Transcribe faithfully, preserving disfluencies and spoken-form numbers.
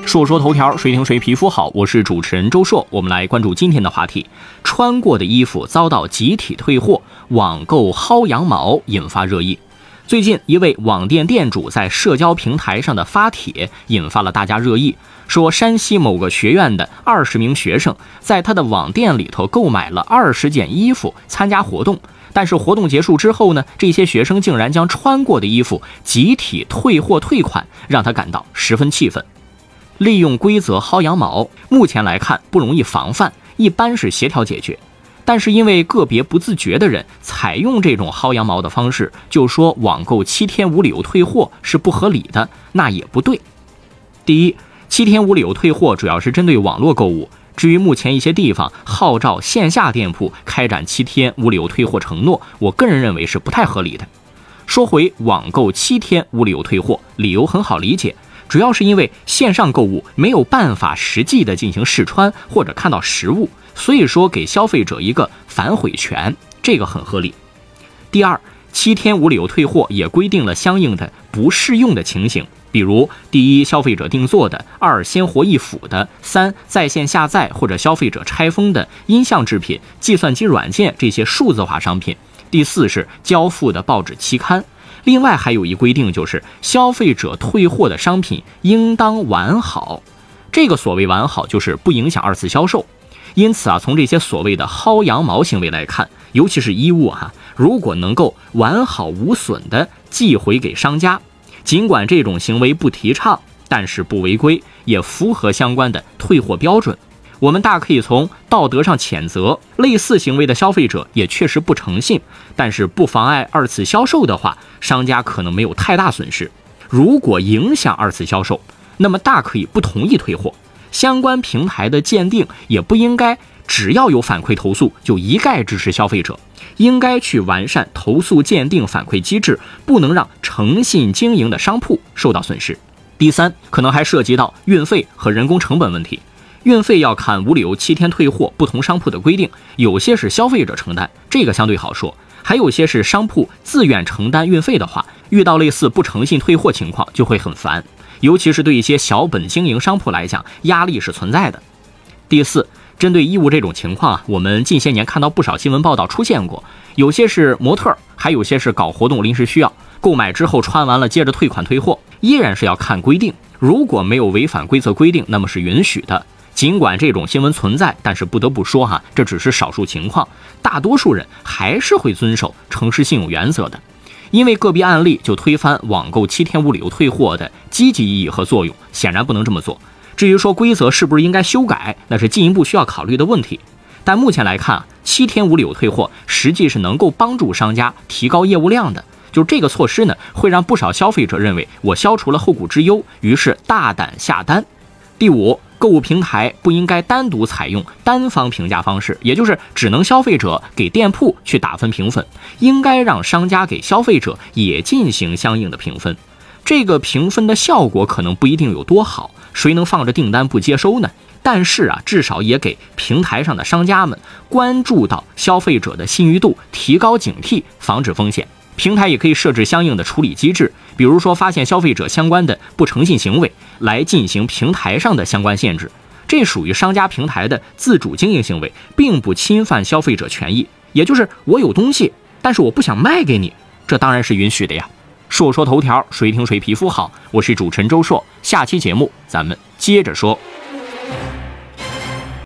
说说头条，谁听谁皮肤好，我是主持人周硕。我们来关注今天的话题：穿过的衣服遭到集体退货，网购薅羊毛引发热议。最近一位网店店主在社交平台上的发帖引发了大家热议，说山西某个学院的二十名学生在他的网店里头购买了二十件衣服参加活动，但是活动结束之后呢，这些学生竟然将穿过的衣服集体退货退款，让他感到十分气愤。利用规则薅羊毛，目前来看不容易防范，一般是协调解决。但是因为个别不自觉的人采用这种薅羊毛的方式，就说网购七天无理由退货是不合理的，那也不对。第一，七天无理由退货主要是针对网络购物，至于目前一些地方号召线下店铺开展七天无理由退货承诺，我个人认为是不太合理的。说回网购七天无理由退货，理由很好理解，主要是因为线上购物没有办法实际的进行试穿或者看到实物，所以说给消费者一个反悔权，这个很合理。第二，七天无理由退货也规定了相应的不适用的情形，比如第一，消费者定做的；二，鲜活易腐的；三，在线下载或者消费者拆封的音像制品、计算机软件这些数字化商品；第四是交付的报纸期刊。另外还有一规定，就是消费者退货的商品应当完好，这个所谓完好就是不影响二次销售。因此啊，从这些所谓的薅羊毛行为来看，尤其是衣物哈、啊，如果能够完好无损的寄回给商家，尽管这种行为不提倡，但是不违规，也符合相关的退货标准。我们大可以从道德上谴责类似行为的消费者也确实不诚信，但是不妨碍二次销售的话，商家可能没有太大损失。如果影响二次销售，那么大可以不同意退货。相关平台的鉴定也不应该只要有反馈投诉就一概支持消费者，应该去完善投诉鉴定反馈机制，不能让诚信经营的商铺受到损失。第三，可能还涉及到运费和人工成本问题。运费要看无理由七天退货不同商铺的规定，有些是消费者承担，这个相对好说，还有些是商铺自愿承担运费的话，遇到类似不诚信退货情况就会很烦，尤其是对一些小本经营商铺来讲，压力是存在的。第四，针对衣物这种情况啊，我们近些年看到不少新闻报道出现过，有些是模特，还有些是搞活动临时需要，购买之后穿完了接着退款退货，依然是要看规定，如果没有违反规则规定，那么是允许的。尽管这种新闻存在，但是不得不说哈，这只是少数情况，大多数人还是会遵守诚实信用原则的。因为个别案例就推翻网购七天无理由退货的积极意义和作用，显然不能这么做。至于说规则是不是应该修改，那是进一步需要考虑的问题。但目前来看啊，七天无理由退货实际是能够帮助商家提高业务量的。就是这个措施呢，会让不少消费者认为我消除了后顾之忧，于是大胆下单。第五，购物平台不应该单独采用单方评价方式，也就是只能消费者给店铺去打分评分，应该让商家给消费者也进行相应的评分。这个评分的效果可能不一定有多好，谁能放着订单不接收呢？但是啊，至少也给平台上的商家们关注到消费者的信誉度，提高警惕，防止风险。平台也可以设置相应的处理机制，比如说发现消费者相关的不诚信行为，来进行平台上的相关限制。这属于商家平台的自主经营行为，并不侵犯消费者权益。也就是我有东西，但是我不想卖给你，这当然是允许的呀。说说头条，谁听谁皮肤好，我是主持人周硕，下期节目咱们接着说。